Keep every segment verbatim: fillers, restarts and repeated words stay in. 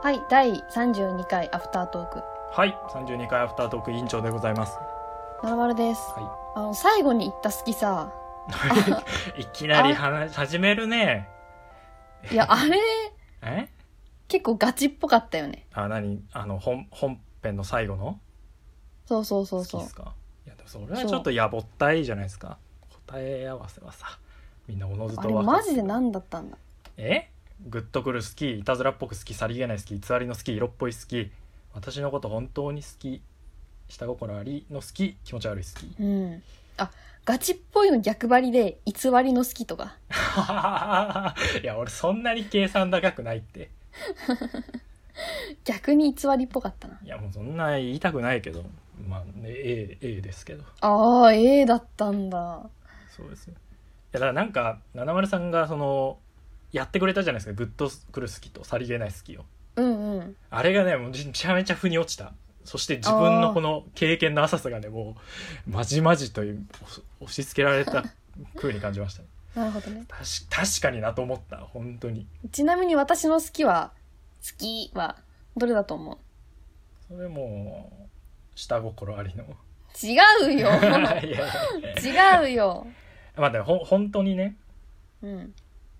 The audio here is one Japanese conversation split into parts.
はい、だいさんじゅうにかいアフタートーク。 はい、さんじゅうにかいアフタートーク委員長でございます。 ななまるです。 はい、あの最後に言った好きさいきなり話始めるね。 いや、あれえ結構ガチっぽかったよね。 あ、何あの 本, 本編の最後のそうそうそうそう。 好きですか。いやでもそれはちょっとやぼったいじゃないですか。答え合わせはさ、みんなおのずと分かる。 あれマジで何だったんだ。 えグッとくる好き、いたずらっぽく好き、さりげない好き、偽りの好き、色っぽい好き、私のこと本当に好き、下心ありの好き、気持ち悪い好き。 うん。あ、ガチっぽいの逆張りで偽りの好きとか。 いや俺そんなに計算高くないって。 逆に偽りっぽかったな。 いやもうそんな言いたくないけど、まあね A, A ですけど。 ああ A だったんだ。 そうですよ。いやだからなんかななまるさんがそのやってくれたじゃないですか、グッとくる好きとさりげない好きを。うんうん。あれがねもうめちゃめちゃ腑に落ちた。そして自分のこの経験の浅さがねもうまじまじという押し付けられた風に感じましたね。 なるほどね。 たし確かになと思った本当に。 ちなみに私の好きは好きはどれだと思う？ それもう下心ありの。 違うよ。いやいや違うよ。 待って、ほ本当にね。 うん。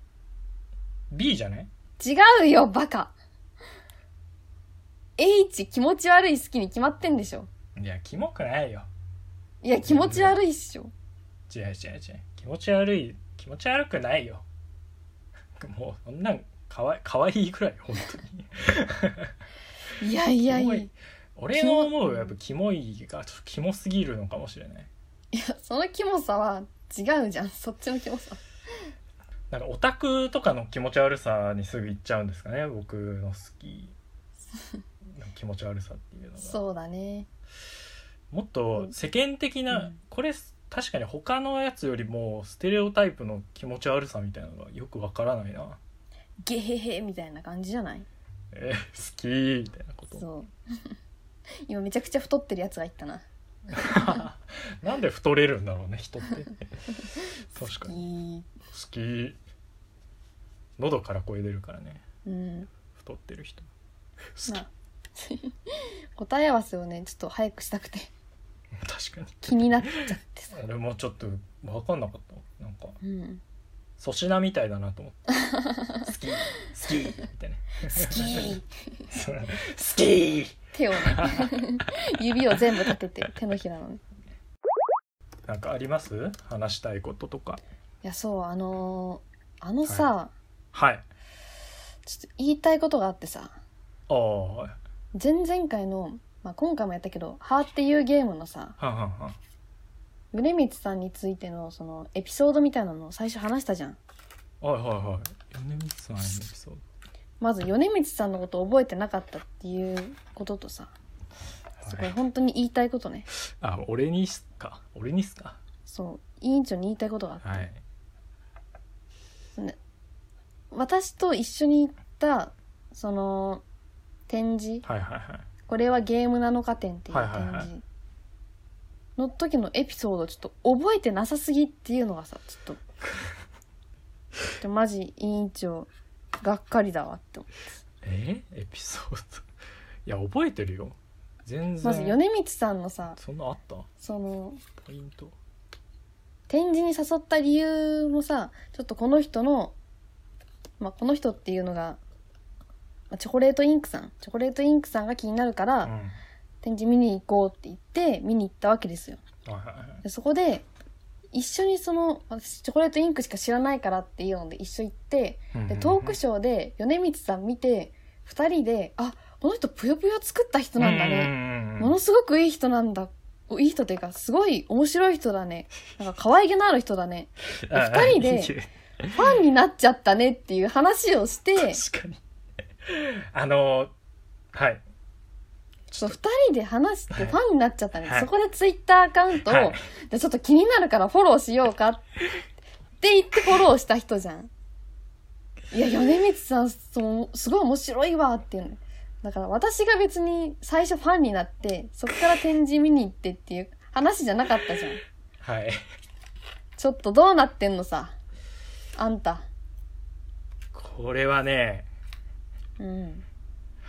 B じゃない？ 違うよバカ。H 気持ち悪い好きに決まってんでしょ。 いやキモくないよ。 いや気持ち悪いっしょ。 違う違う違う、気持ち悪い気持ち悪くないよ。もうそんなんかわかわいいぐらい本当に。 いやいやいや。 俺の思うやっぱキモいがちょっとキモすぎるのかもしれない。 いやそのキモさは違うじゃん。そっちのキモさ。 なんかオタクとかの気持ち悪さにすぐ行っちゃうんですかね、僕の好き気持ち悪さっていうのが。 そうだね。 もっと世間的な、うん、これ確かに他のやつよりもステレオタイプの気持ち悪さみたいなのがよくわからないな。 ゲヘヘみたいな感じじゃない？ えー、好きみたいなこと。 そう今めちゃくちゃ太ってるやつがいったな。 なんで太れるんだろうね人って確かに好き。喉から声出るからね、うん、太ってる人好き、まあ、 答え合わせをねちょっと早くしたくて確かに気になっちゃってさ。 俺もちょっと分かんなかったなんか、 うん、 粗品みたいだなと思って好き好きみたいな好き好き手をね指を全部立てて手のひらのね。 なんかあります？話したいこととか。 いやそうあのー、あのさ、 はい、はい、 ちょっと言いたいことがあってさ。 ああ。 前々回の、まあ、今回もやったけどハーっていうゲームのさ、 はんはんはん、 米光さんについてのそのエピソードみたいなのを最初話したじゃん。 はいはいはい。米光さんのエピソード。 まず米光さんのことを覚えてなかったっていうこととさ、そこ本当に言いたいことね。 あ、俺にすか俺にすかそう委員長に言いたいことがあって、はいね、私と一緒に行ったその展示、 はいはいはい、 これはゲームなのか展っていう展示、はいはいはい、の時のエピソードちょっと覚えてなさすぎっていうのがさちょっとマジ委員長がっかりだわって思って。 えエピソードいや覚えてるよ全然。 まず米光さんのさ、 そんなあった？そのポイント展示に誘った理由もさ、ちょっとこの人のまあこの人っていうのがチョコレートインクさんチョコレートインクさんが気になるから、うん、展示見に行こうって言って見に行ったわけですよ、はいはいはい、でそこで一緒にその私チョコレートインクしか知らないからっていうので一緒行って、でトークショーで米光さん見てふたりであこの人ぷよぷよ作った人なんだね、ものすごくいい人なんだ、いい人っていうかすごい面白い人だね、なんか可愛げのある人だね、ふたりでファンになっちゃったねっていう話をして確かにあのはいそうふたりで話してファンになっちゃったね、はい、そこでツイッターアカウントを、はい、でちょっと気になるからフォローしようかって言ってフォローした人じゃん。いや米光さんそのすごい面白いわっていうのだから私が別に最初ファンになってそこから展示見に行ってっていう話じゃなかったじゃん。 はい。 ちょっとどうなってんのさあんた。 これはね、 うん、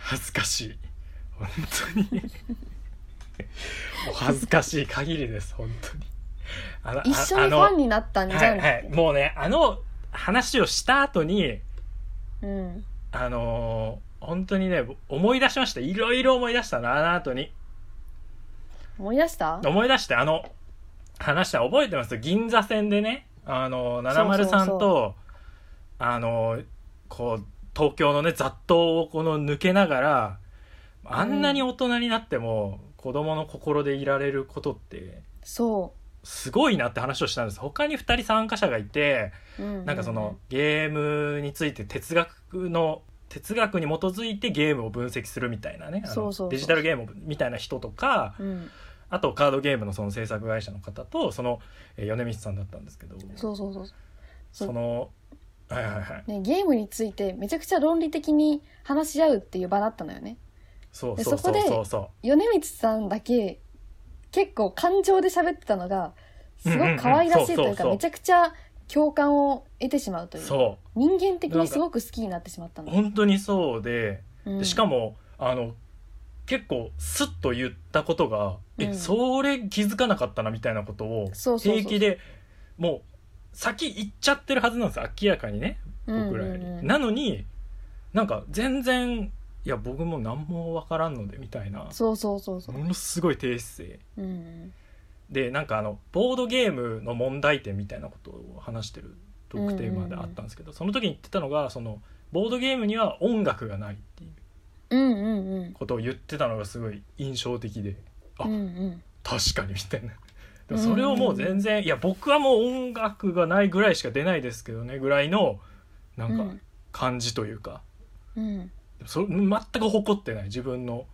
恥ずかしい本当にお恥ずかしい限りです本当に。 あの一緒にファンになったんじゃん、はいはい、もうねあの話をした後に、 うん、 あのー、本当にね思い出しました。いろいろ思い出したのあの後に。 思い出した思い出してあの話した覚えてます。銀座線でねあのななまるさんとそうそうそうあのこう東京のね雑踏をこの抜けながらあんなに大人になっても子供の心でいられることってそうすごいなって話をしたんです。他にふたり参加者がいて、 うんうんうん、 なんかそのゲームについて哲学の哲学に基づいてゲームを分析するみたいなね、あのそうそうそうデジタルゲームみたいな人とか、 うん、 あとカードゲームのその制作会社の方とその、えー、米光さんだったんですけど、 そうそうそうそのはいはいはいね、ゲームについてめちゃくちゃ論理的に話し合うっていう場だったのよね。 そうそうそうそうそう。 米光さんだけ結構感情で喋ってたのがすごく可愛らしいというかめちゃくちゃ共感を得てしまうという、 そう人間的にすごく好きになってしまったの。 本当にそうで、 うん、 でしかもあの結構スッと言ったことが、うん、えそれ気づかなかったなみたいなことを平気でもう先行っちゃってるはずなんですよ明らかにね僕らより、うんうんうん、なのになんか全然いや僕も何も分からんのでみたいな、 そうそうそうそう、 ものすごい低姿勢、 うん、 でなんかあのボードゲームの問題点みたいなことを話してるトークテーマであったんですけど、うんうんうん、その時に言ってたのがそのボードゲームには音楽がないっていうことを言ってたのがすごい印象的で、 うんうん、 あ、確かにみたいな。でもそれをもう全然、うんうん、いや僕はもう音楽がないぐらいしか出ないですけどねぐらいのなんか感じというか、 うん、 それ全く誇ってない自分の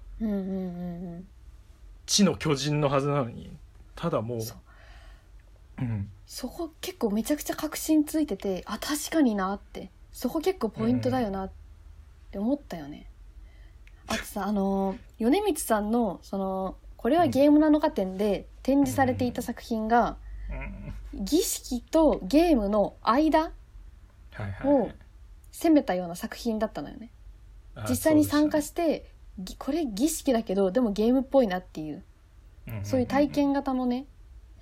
知の巨人のはずなのにただもう そ,、うん、 そこ結構めちゃくちゃ確信ついてて、あ確かになって、そこ結構ポイントだよなって思ったよね、うん、あとさあの米光さんのそのこれはゲームなのか展で展示されていた作品が、うん、儀式とゲームの間を攻めたような作品だったのよね。実際に参加して、これ儀式だけどでもゲームっぽいなっていう、うんうんうん、そういう体験型のね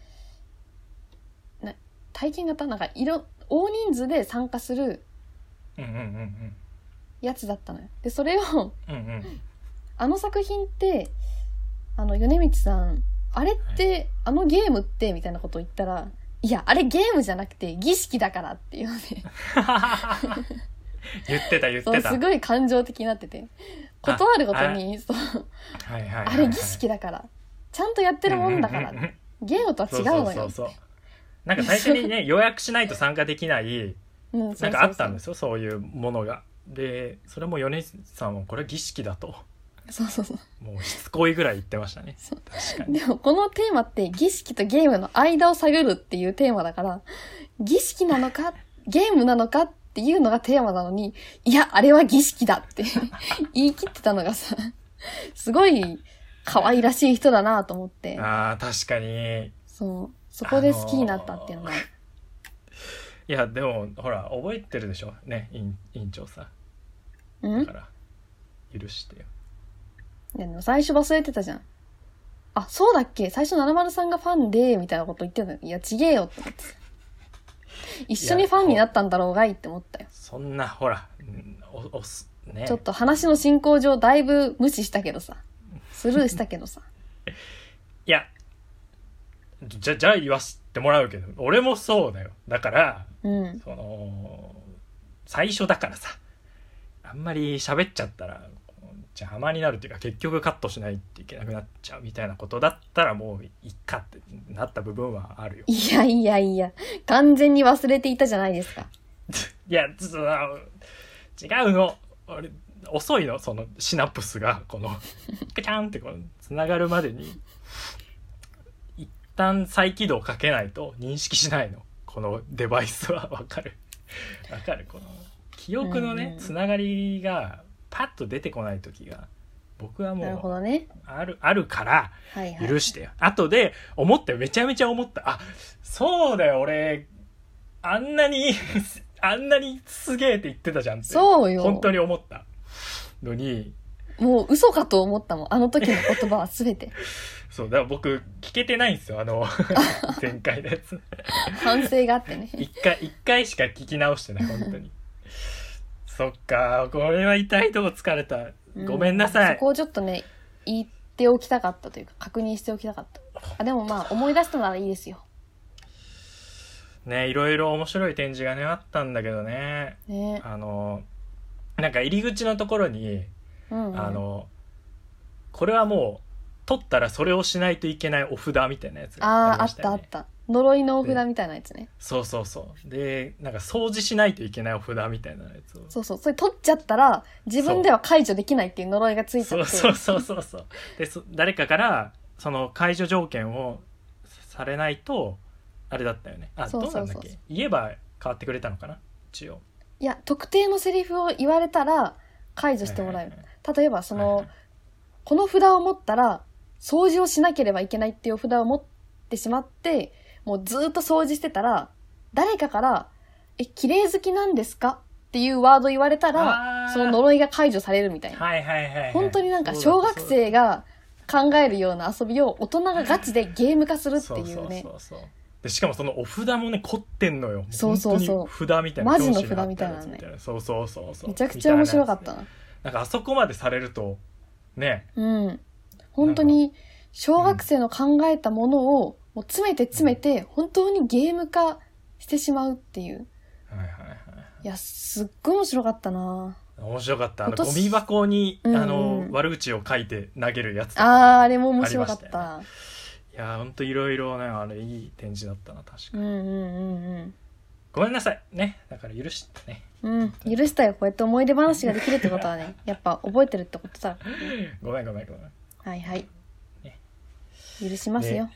な体験型なんか色大人数で参加するやつだったのよ。でそれを、うんうん、あの作品ってあの米光さんあれって、はい、あのゲームってみたいなことを言ったら、いやあれゲームじゃなくて儀式だからっていうので言ってた言ってた、 すごい感情的になってて、断るごとにそう、はいはいはいはい、あれ儀式だからちゃんとやってるもんだから、うんうんうん、ゲームとは違うのよ。そうそうそうそう、 なんか最初にね予約しないと参加できない、うん、なんかあったんですよ、そういうものが。でそれも米光さんはこれは儀式だと、 そうそうそう、 もうしつこいぐらい言ってましたね。確かに。 でもこのテーマって儀式とゲームの間を探るっていうテーマだから、儀式なのかゲームなのかっていうのがテーマなのに、いやあれは儀式だって言い切ってたのがさ、すごい可愛らしい人だなと思って。 ああ確かに。 そうそこで好きになったっていうのが、あのー、 いやでもほら覚えてるでしょね、委員長さん。だから許してよ。 でも最初忘れてたじゃん。あ、そうだっけ、最初ななまるさんがファンでみたいなこと言ってたの。いやちげえよって思って、一緒にファンになったんだろうがいって思ったよ。 そんなほらおおす、ね、 ちょっと話の進行上だいぶ無視したけどさ、スルーしたけどさいやじゃじゃあ言わせてもらうけど、俺もそうだよ。だから、うん、その最初だからさ、あんまり喋っちゃったら邪魔になるっていうか、結局カットしないといけなくなっちゃうみたいなことだったらもういっかってなった部分はあるよ。 いやいやいや、完全に忘れていたじゃないですかいやちょっと違うの、俺遅いの、そのシナプスがこのカチャンってこうつながるまでに一旦再起動かけないと認識しないの、このデバイスは。わかるわかる、この記憶のねつながりがパッと出てこない時が僕はもうなるほど、ね、 あるあるから許してよ、 はいはい、 後で思ったよ、めちゃめちゃ思った。あ、そうだよ、俺あんなにあんなにすげえって言ってたじゃんって、 そうよ本当に思ったのに、 もう嘘かと思ったもん、あの時の言葉は全て。 そうだから僕聞けてないんですよ、あの前回のやつ。 反省があってね。 一回一回しか聞き直してない本当に。そっか、これは痛いとこ疲れた。ごめんなさい。 うん、そこをちょっとね言っておきたかったというか確認しておきたかった。あでもまあ思い出したならいいですよ。 ね、いろいろ面白い展示がねあったんだけどね。 ね、 あのなんか入り口のところに、 うんうん、 あのこれはもう取ったらそれをしないといけないお札みたいなやつがありましたよね。 あー、あったあった。呪いのお札みたいなやつね。 そうそうそうでなんか掃除しないといけないお札みたいなやつを、 そうそう、それ取っちゃったら自分では解除できないっていう呪いがついちゃって、 そうそうそうそうでそ誰かからその解除条件をされないとあれだったよね。あ、 そうそうそうそう、 どうなんだっけ、言えば変わってくれたのかな一応。 いや特定のセリフを言われたら解除してもらえる、はいはいはい、例えばその、はいはい、この札を持ったら掃除をしなければいけないっていう札を持ってしまってもうずっと掃除してたら誰かからえ綺麗好きなんですかっていうワード言われたらその呪いが解除されるみたいな、 はいはいはいはい、 本当になんか小学生が考えるような遊びを大人がガチでゲーム化するっていうね。そうそうそうそうでしかもそのお札もね凝ってんのよ。 そうそうそう、 本当に札みたいな、 マジの札みたいなね。 そうそうそうそう、 めちゃくちゃ面白かったな。 なんかあそこまでされるとね、 うん本当に小学生の考えたものをもう詰めて詰めて本当にゲーム化してしまうっていう、 はいはいはい、 いやすっごい面白かったな。 面白かった。あのゴミ箱に、うんうん、あの悪口を書いて投げるやつとかあ, ああれも面白かった。 いやほんといろいろねあれいい展示だったな確かに、 うんうんうんうん、 ごめんなさいね、だから許したね。 うん許したよ。こうやって思い出話ができるってことはねやっぱ覚えてるってことだ。 ごめんごめんごめん。 はいはい、ね、許しますよ、ね、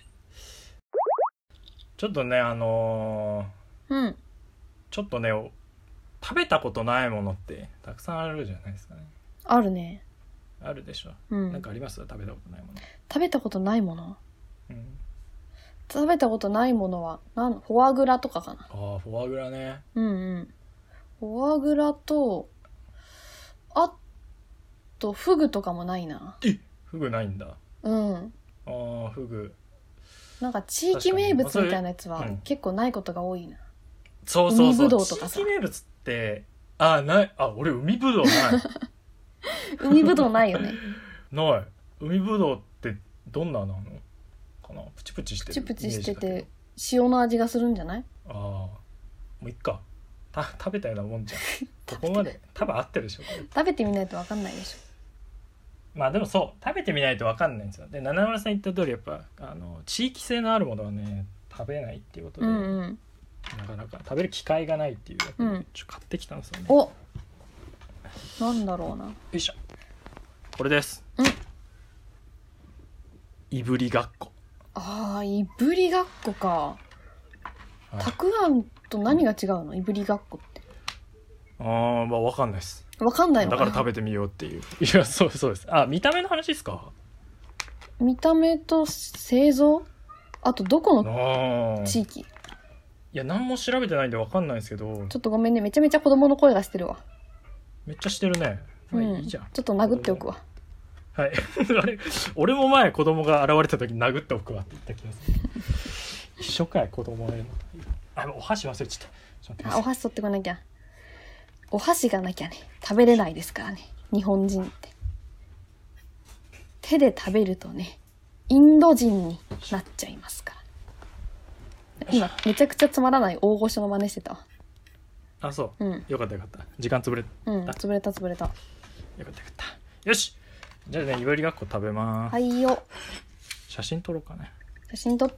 ちょっとねあのー、うんちょっとね食べたことないものってたくさんあるじゃないですかね。 あるね。 あるでしょ、 うん、 なんかあります？食べたことないもの。 食べたことないもの、 うん、 食べたことないものはなんフォアグラとかかな。 ああフォアグラね。 うんうんフォアグラとあとフグとかもないな。 えフグないんだ。 うんああフグなんか地域名物みたいなやつは結構ないことが多いな。 そうそうそう、 海ぶどうとかさ。 地域名物ってああないあ俺海ぶどうない海ぶどうないよね。 ない海ぶどうってどんななのかな。プチプチしてる。 プチプチしてて塩の味がするんじゃない？ ああもういっかた食べたようなもんじゃんここまで多分合ってるでしょ。 食べてみないと分かんないでしょ。 まあでもそう食べてみないと分かんないんですよ。で七村さん言った通りやっぱあの地域性のあるものはね食べないっていうことで、 うんうん、 なかなか食べる機会がないっていうやつで、うん、ちょっと買ってきたんですよね。 おなんだろうな。よいしょこれです。 うんいぶりがっこ。 ああいぶりがっこか。たくあんと何が違うの？いぶりがっこって。 ああまあ分かんないです。 分かんないのかな。 だから食べてみようっていう。いやそうそうです。あ見た目の話ですか。 見た目と製造あとどこの地域。いや何も調べてないんで分かんないんですけど。 ちょっとごめんねめちゃめちゃ子供の声がしてるわ。 めっちゃしてるね。まあ、いいじゃん、 うん、ちょっと殴っておくわ。 はいあれ俺も前子供が現れた時殴っておくわって言った気がする一緒かい子供への。あお箸忘れちゃった。 あお箸取ってこなきゃ。お箸がなきゃね食べれないですからね日本人って。手で食べるとねインド人になっちゃいますから。今めちゃくちゃつまらない大御所の真似してたわ。 あそう、 うん、 よかったよかった。時間潰れた。 うん潰れた潰れた。 よかったよかった。よしじゃあねいぶりがっこ食べます。 はいよ。 写真撮ろうかね。 写真撮って。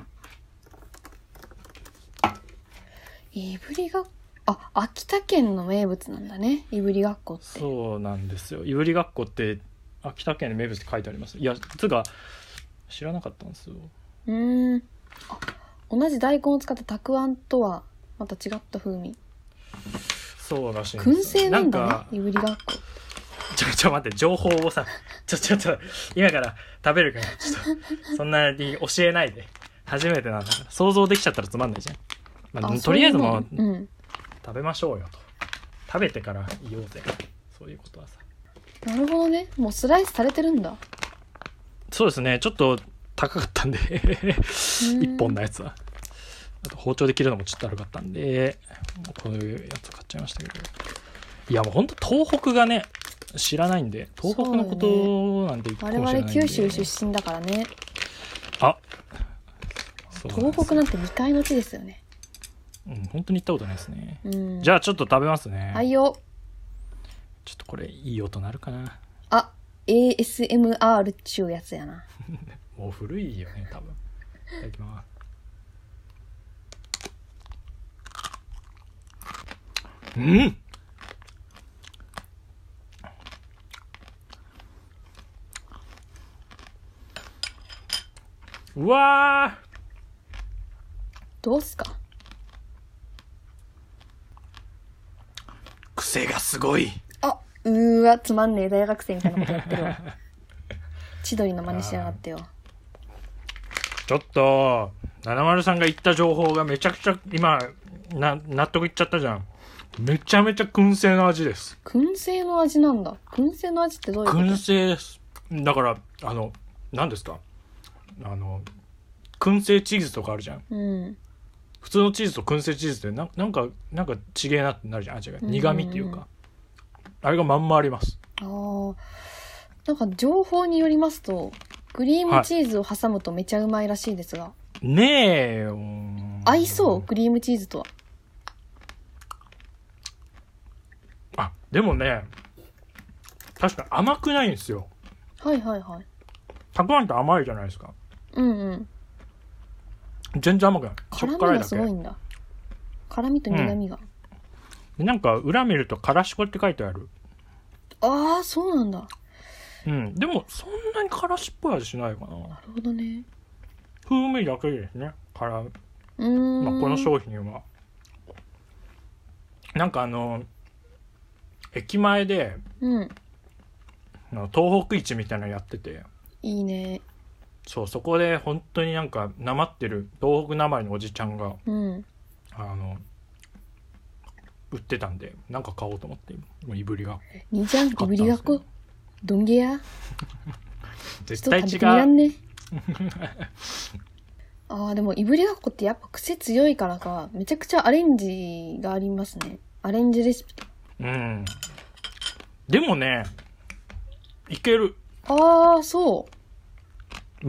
いぶりがっこあ秋田県の名物なんだねいぶりがっこって。 そうなんですよ。いぶりがっこって秋田県の名物って書いてあります。いやつが知らなかったんですよ。 うーんあ同じ大根を使ったたくあんとはまた違った風味。 そうらしいんですよ。 燻製なんだねいぶりがっこ。 ちょちょ待って情報をさちょちょちょ今から食べるからちょっとそんなに教えないで。初めてなんだから想像できちゃったらつまんないじゃん。まあ、あとりあえずもう、うん、食べましょうよと。食べてから言おうぜそういうことはさ。 なるほどね。もうスライスされてるんだ。 そうですね、ちょっと高かったんで一本のやつは。あと包丁で切るのもちょっと悪かったんで、もうこういうやつ買っちゃいましたけど。いやもうほんと東北がね知らないんで、東北のことなんて一個も知らないんで、 我々九州出身だからね。 あ、 東北なんて未開の地ですよね。 うん、本当に行ったことないですね、 うん、 じゃあちょっと食べますね。 はいよ。 ちょっとこれいい音なるかなあ、エーエスエムアール っちゅうやつやなもう古いよね多分。いただきます。うんうわー、 どうすか。 癖がすごい。 あ、うーわ、つまんねえ大学生みたいなことやってるわ千鳥の真似しやがってよ。 ちょっとななまるさんが言った情報がめちゃくちゃ今な納得いっちゃったじゃん。めちゃめちゃ燻製の味です。 燻製の味なんだ。燻製の味ってどういうこと？ 燻製です。だからあの何ですか、あの燻製チーズとかあるじゃん、 うん、 普通のチーズと燻製チーズってななんかなんか違えなってなるじゃん。あ、違う、苦味っていうか、あれがまんまあります。 ああ、なんか情報によりますとクリームチーズを挟むとめちゃうまいらしいですが、 はい、ねえ、 合いそうクリームチーズとは。 あ、でもね確かに甘くないんですよ。 はいはいはい。 たくあんって甘いじゃないですか。 うんうん。 全然甘くない。 辛みがすごいんだ。辛みと苦みが、 うん、なんか裏見るとからしこって書いてある。 ああ、そうなんだ。 うん、でもそんなにからしっぽい味しないかな。 なるほどね。 風味だけですね。から、 うーん、 まあ、この商品はなんかあの駅前で、 うん、 東北市みたいなのやってて、 いいね。 そう、そこで本当になんかなまってる東北なまりのおじちゃんが、 うん、 あの売ってたんで、なんか買おうと思って、もういぶりが兄ちゃん、いぶりがっこどんげや絶対違う。 ちょっと食べてみらんねああ、でもいぶりがっこってやっぱ癖強いからか、めちゃくちゃアレンジがありますね。アレンジレシピ。 うん。でもね、いける。 ああ、そう。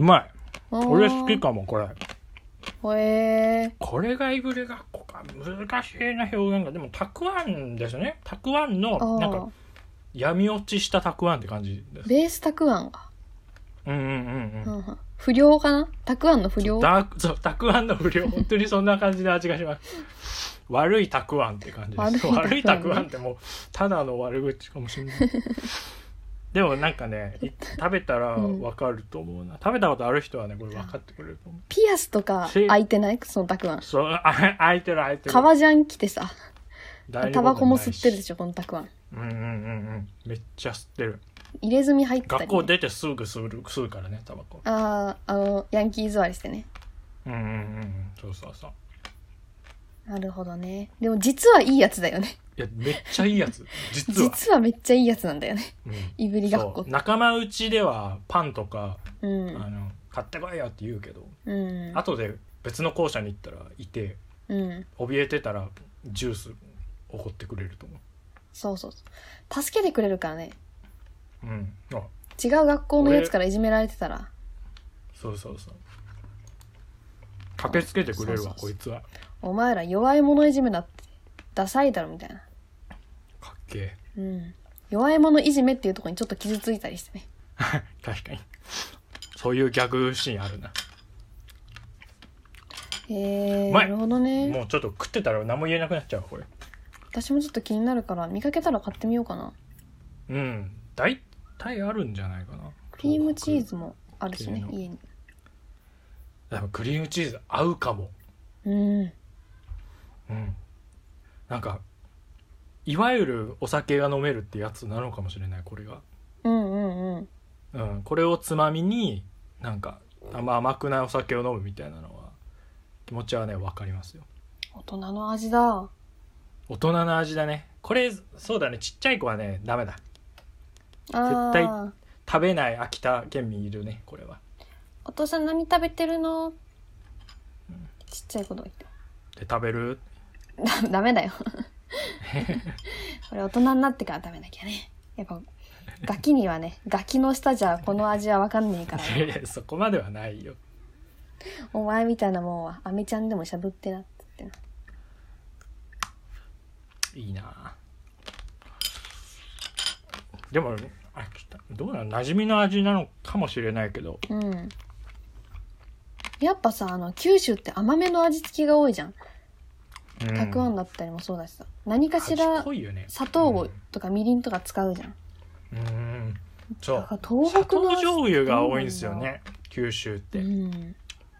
うまい。俺好きかも、これ。 へえ。 これがいぶりがっこか。難しいな、表現が。でも、たくあんですね。たくあんの、なんか、闇落ちしたたくあんって感じです。 ベースたくあんが。 うんうんうんうん。うん、 不良かな、たくあんの不良。 たそう、たくあんの不良。本当にそんな感じの味がします。悪いたくあんって感じです。悪いたくあんってもう、ただの悪口かもしれない。でもなんかね、食べたら分かると思うな、うん、食べたことある人はねこれ分かってくれると思う。 ピアスとか開いてない？そのたくあん。そう、 あ、開いてる開いてる。 革ジャン着てさ、タバコも吸ってるでしょこのたくあん。 うんうんうんうん、めっちゃ吸ってる。 入れ墨入ってたり、ね、 学校出てすぐ吸う吸うからねタバコ。 ああ、あのヤンキー座りしてね。 うんうんうん、そうそうそう。 なるほどね。でも実はいいやつだよね。 いやめっちゃいいやつ。実は実はめっちゃいいやつなんだよね、うん、いぶりがっこ。 仲間内ではパンとか、 うん、 あの買ってこいよって言うけど、 うん、 後で別の校舎に行ったらいて、うん、怯えてたらジュースおごってくれると思う。 そうそうそう、助けてくれるからね。 うん、あ、 違う学校のやつからいじめられてたら、 そうそうそう、駆けつけてくれるわ。そうそうそう、こいつはお前ら弱い者いじめだってダサいだろみたいな。 かっけえ、うん、弱い者いじめっていうところにちょっと傷ついたりしてね確かにそういうギャグシーンあるな。 へえー、なるほどね。 もうちょっと食ってたら何も言えなくなっちゃうこれ。 私もちょっと気になるから見かけたら買ってみようかな。 うん、大体あるんじゃないかな。 クリームチーズもあるしね家に。 でもクリームチーズ合うかも。 うんうん、なんかいわゆるお酒が飲めるってやつなのかもしれないこれが。 うんうんうん、 うん、これをつまみになんかあんま甘くないお酒を飲むみたいなのは気持ちはね分かりますよ。 大人の味だ。 大人の味だねこれ。そうだね、ちっちゃい子はねダメだ。 絶対食べない秋田県民いるねこれは。 お父さん何食べてるの、うん、ちっちゃい子供言ってで食べるダメだよこれ大人になってから食べなきゃね。やっぱガキにはね、ガキの舌じゃこの味は分かんねえから、ね、 いやそこまではないよ。 お前みたいなもんはアメちゃんでもしゃぶってなってな。 いいな。でもあどうなの、馴染みの味なのかもしれないけど、 うん、やっぱさ、あの九州って甘めの味付けが多いじゃん。たくあんだったりもそうだしさ、何かしら砂糖とかみりんとか使うじゃん。 うん、そう東北の砂糖醤油が多いんですよね九州って、うん、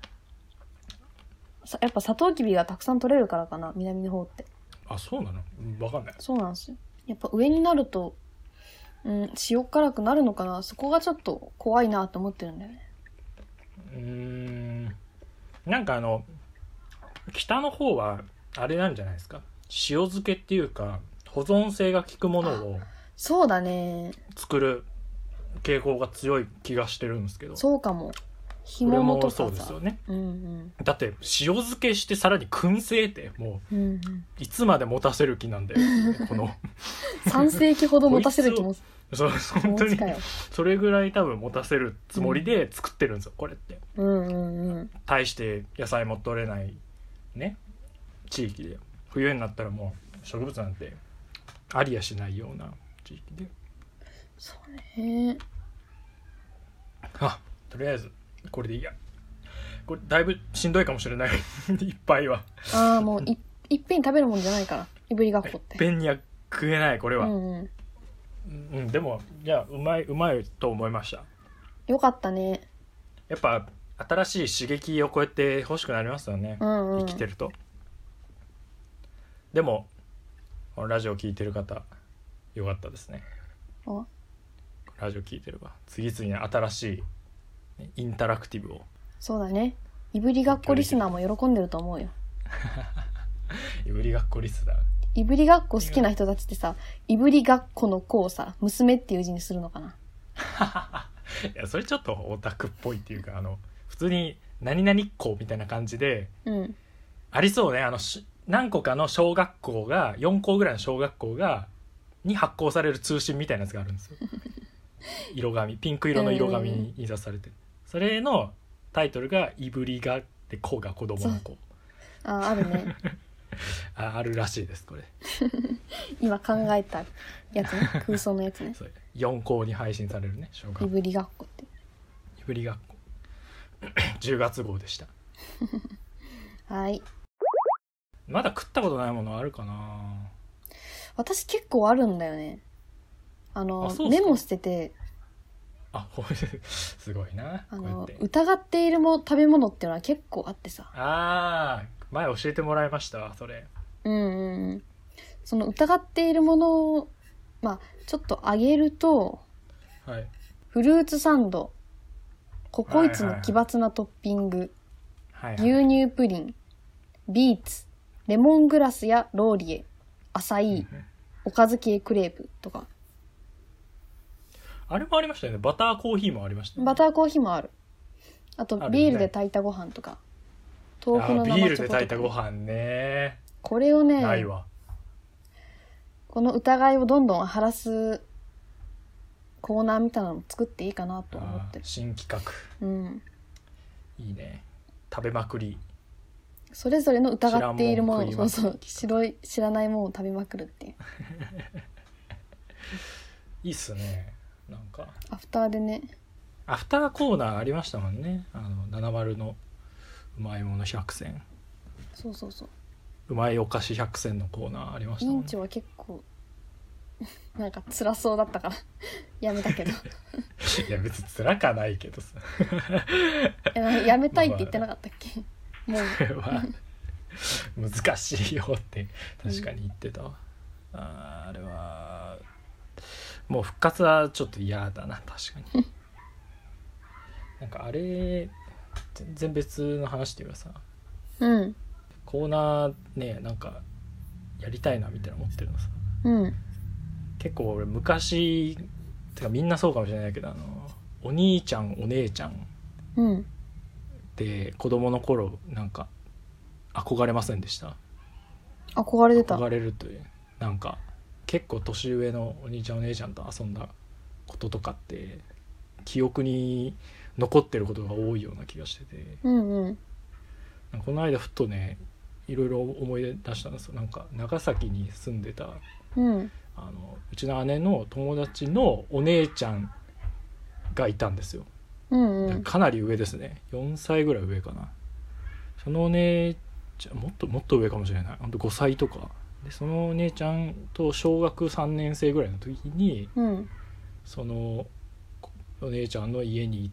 やっぱサトウキビがたくさん取れるからかな、南の方って。 あ、そうなの？分かんない。 そうなんですよ。やっぱ上になると、うん、塩辛くなるのかな。そこがちょっと怖いなと思ってるんだよね。 うーん、なんかあの北の方はあれなんじゃないですか、塩漬けっていうか保存性が効くものをそうだね作る傾向が強い気がしてるんですけど。 そうかも。干物とかさ、 そうですよね、 うんうん、 だって塩漬けしてさらに燻製ってもう、うんうん、いつまで持たせる気なんだよこのさん世紀ほど持たせる気もそう本当にそれぐらい多分持たせるつもりで作ってるんですよ、うん、これって、うんうんうん、大して野菜も取れないね地域で、冬になったらもう植物なんてありやしないような地域で。 そうね。 あ、とりあえずこれでいいや。これだいぶしんどいかもしれないいっぱいは。 ああ、もう い, いっぺんに食べるもんじゃないからいぶりがっこって。いっぺんには食えないこれは、うんうんうん、でもいやうまいうまいと思いました。 よかったね。 やっぱ新しい刺激をこうやって欲しくなりますよね、うんうん、生きてると。でもラジオ聞いてる方よかったですね。あ、ラジオ聞いてれば次々に新しいインタラクティブを。そうだね。 いぶりがっこリスナーも喜んでると思うよいぶりがっこリスナー、 いぶりがっこ好きな人たちってさ、いぶりがっこの子をさ娘っていう字にするのかないやそれちょっとオタクっぽいっていうか、あの普通に何々っ子みたいな感じで、うん、ありそうね。あの何個かの小学校がよん校ぐらいの小学校がに発行される通信みたいなやつがあるんですよ色紙、ピンク色の色紙に印刷されてる、えー、それのタイトルがいぶりがって子が子供の子。 あ、あるねあ, あるらしいですこれ今考えたやつね空想のやつねそうよん校に配信されるね小学校いぶりがっこって。 いぶりがっこじゅうがつ号でしたはい。 まだ食ったことないものあるかな。 私結構あるんだよね。あのあメモしてて、 あすごいな。 あの疑っているも食べ物っていうのは結構あってさ。 あー前教えてもらいましたそれ。 うんうん。その疑っているものをまあちょっと挙げると、はい、フルーツサンド、ココイチの奇抜なトッピング、はいはい、牛乳プリン、ビーツ、レモングラスやローリエ、アサイー、おかず系クレープとか。 あれもありましたよね。バターコーヒーもありましたね。 バターコーヒーもある。あとビールで炊いたご飯とか、 豆腐の生チョコとか、ね、ビールで炊いたご飯ね。 これをね、 ないわ。 この疑いをどんどん晴らすコーナーみたいなのも作っていいかなと思ってる。 新企画、うん、いいね。食べまくり。 それぞれの疑っているものを、そうそう白い知らないものを食べまくるっていういいっすね。なんかアフターでね、 アフターコーナーありましたもんね。あのななまるのうまいもの百選、 そうそうそう、 うまいお菓子百選のコーナーありましたもんね。 委員長は結構なんか辛そうだったからやめたけどいや別に辛かないけどさやめたいって言ってなかったっけもう難しいよって確かに言ってたわ、うん、あ, あれはもう復活はちょっと嫌だな確かになんかあれ全然別の話っていうかさ、うん、コーナーねなんかやりたいなみたいな思ってるのさ、うん、結構俺昔てかみんなそうかもしれないけど、あのお兄ちゃんお姉ちゃんって子供の頃なんか憧れませんでした？ 憧れてた。 憧れるという、なんか結構年上のお兄ちゃんお姉ちゃんと遊んだこととかって記憶に残ってることが多いような気がしてて、 うんうん、 この間ふとねいろいろ思い出したんですよ。なんか長崎に住んでた、 うん、 あのうちの姉の友達のお姉ちゃんがいたんですよ、 うんうん、 かなり上ですね。よんさいぐらい上かな。そのお姉ちゃんもっともっと上かもしれない、ほんとごさいとかで、そのお姉ちゃんと小学さんねん生ぐらいの時に、 うん、 そのお姉ちゃんの家に行って、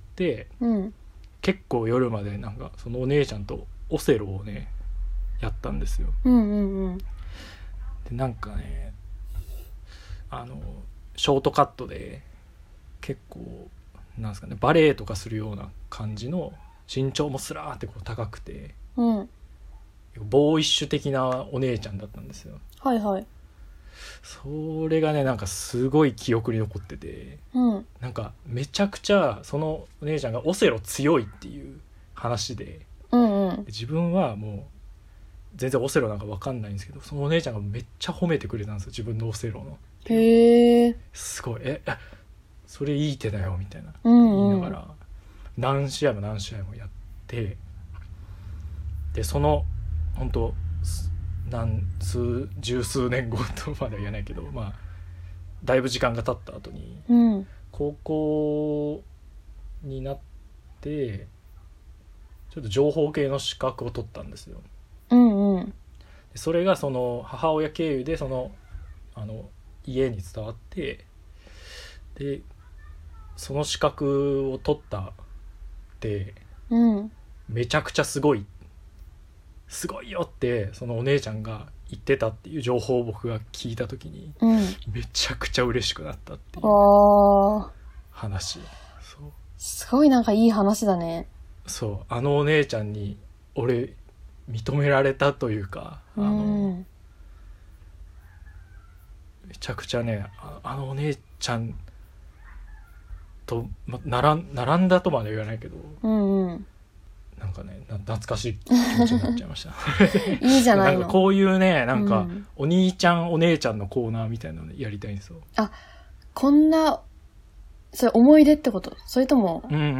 うん、 結構夜までなんかそのお姉ちゃんとオセロをねやったんですよ、 うんうんうん、 でなんかねあのショートカットで結構なんですかね、バレエとかするような感じの、身長もスラーってこう高くて、 うん、 ボーイッシュ的なお姉ちゃんだったんですよ。 はいはい。 それがねなんかすごい記憶に残ってて、 うん、 なんかめちゃくちゃそのお姉ちゃんがオセロ強いっていう話で、 うんうん、 自分はもう全然オセロなんか分かんないんですけど、そのお姉ちゃんがめっちゃ褒めてくれたんですよ、自分のオセロの。 へえ。 すごいええそれいい手だよみたいなうんうん、 言いながら何試合も何試合もやって、でその本当何数十数年後とまでは言えないけど、まあだいぶ時間が経った後に、 うん、 高校になってちょっと情報系の資格を取ったんですよ。 うんうん、 それがその母親経由でそのあの家に伝わって、でその資格を取ったってうん、 めちゃくちゃすごいすごいよってそのお姉ちゃんが言ってたっていう情報を僕が聞いた時に、 うん、 めちゃくちゃ嬉しくなったっていうあ話。そう、 すごいなんかいい話だね。 そうあのお姉ちゃんに俺認められたというか、あの、 うん、 めちゃくちゃね あ, あのお姉ちゃんと、ま、並, 並んだとまでは言わないけど、 うんうん、 なんかねな懐かしい気持ちになっちゃいましたいいじゃないの。 なんかこういうねなんか、 うん、 お兄ちゃんお姉ちゃんのコーナーみたいなのやりたいんですよ。 あ、こんなそれ思い出ってこと？それとも、 うんうんうん、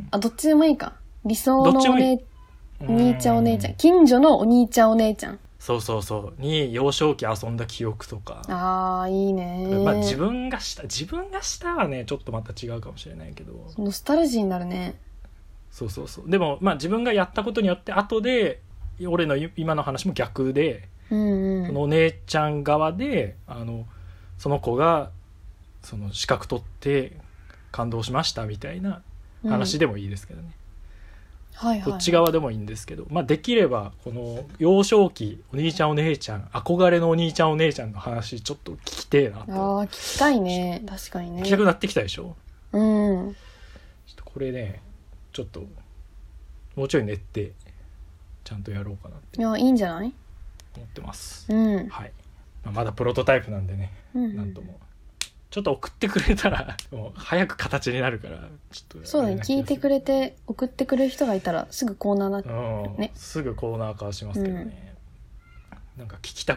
あ、どっちでもいいか。理想のお姉お兄ちゃんお姉ちゃん、近所のお兄ちゃんお姉ちゃん、 そうそうそうに幼少期遊んだ記憶とか、 あーいいね。 まあ自分がした自分がしたはねちょっとまた違うかもしれないけど、 ノスタルジーになるね。 そうそうそう。でもまあ自分がやったことによって後で俺の今の話も逆で、 うんうん、 そのお姉ちゃん側であのその子がその資格取って感動しましたみたいな話でもいいですけどね、 うん、はいはい、 どっち側でもいいんですけど、まあ、できればこの幼少期お兄ちゃんお姉ちゃん憧れのお兄ちゃんお姉ちゃんの話ちょっと聞きてえなと。 あー聞きたいね。確かにね。 聞きたくなってきたでしょ。 うん。 ちょっとこれねちょっともうちょい練ってちゃんとやろうかなっていやいいんじゃない？ 思ってます、 うん、 はい、まあ、まだプロトタイプなんでね、 うんうん、 なんともちょっと送ってくれたらもう早く形になるからちょっとそうだね。聞いてくれて送ってくれる人がいたらすぐコーナーな、 うん、 ね、 すぐコーナー化しますけどね、うん、なんか聞きた